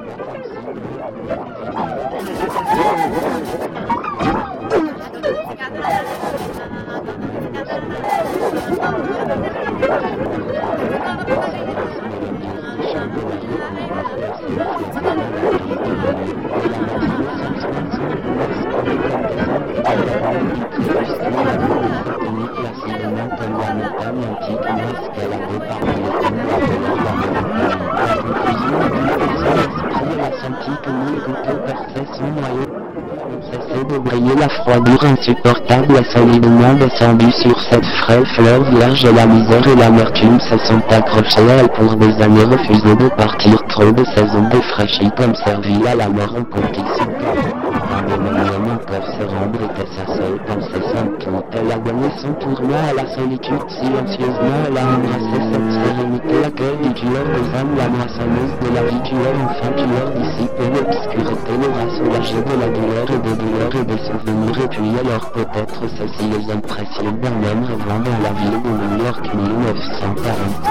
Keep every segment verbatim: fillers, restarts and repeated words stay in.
La froidure insupportable a solidement descendu sur cette frêle fleur vierge et la misère et l'amertume se sont accrochées à elle pour des années refusées de partir trop de ces eaux défraîchies comme servile à la mort en compétition. Dans des moments mon cœur se rendre était sa seule pensée sans tout. Elle a donné son tournoi à la solitude silencieusement, elle a embrassé cette sérénité, accueil du tueur des âmes, la moissonneuse de la vie tueur, enfin tueur dissipé l'obscurité, l'aura soulagé de la douleur et des douleurs et des souvenirs, et puis alors peut-être ceci les impressions d'un homme rêvant dans la ville de New York mille neuf cent quarante.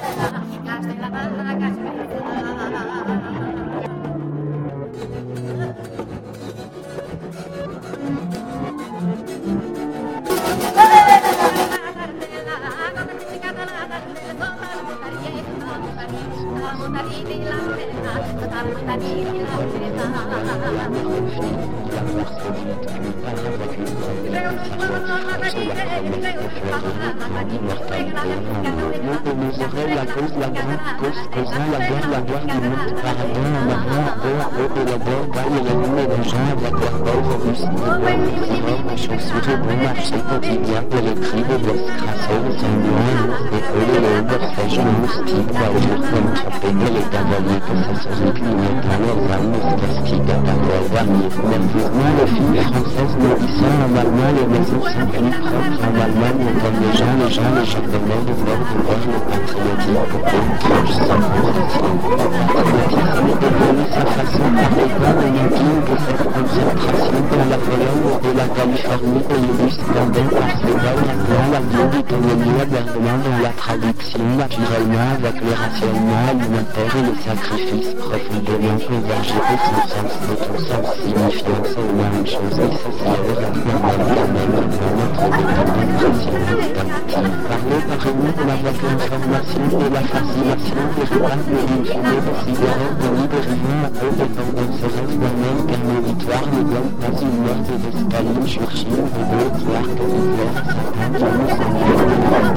La cause, la grande cause, causant la guerre, la guerre du monde, paradis, en avant, en haut, en haut, et la guerre gagne les noms et les gens avec leurs pauvres robustes, de bois, des chaussures et bon marché quotidien, de l'écrit, de blesses crasseux, de semblants, des feux, de l'odeur sèche, de moustiques, d'allure, comme trapéder les cavaliers, que ça se clignotant leurs âmes, scastiques, à parole dernier. Nerveusement, les filles françaises maudissant en allemand, les maisons sont plus propres en Allemagne, comme les gens, les gens, les japonais, de bord, de bord, le patriotisme. Sans position. Le patriotisme est devenu sa façon par les plans de Nanking de cette concentration dans la Pologne et la Californie et illustrant par ses œuvres appelant la vie d'autonomie aberrement dans la traduction naturellement avec le rationnement alimentaire et le sacrifice profondément convergé de son sens de tout sens signifiant c'est la même chose essentielle la même la même dans notre détermination instinctive. Parler par une avec l'information de la fascination des repas de l'infini de cigarettes de libérivant à peu dépendance reste d'un même carmelitoire ne donne pas une merde de Staline, Churchill, de d'autres marques de Hitler, Satan, Janus, Samuel, de la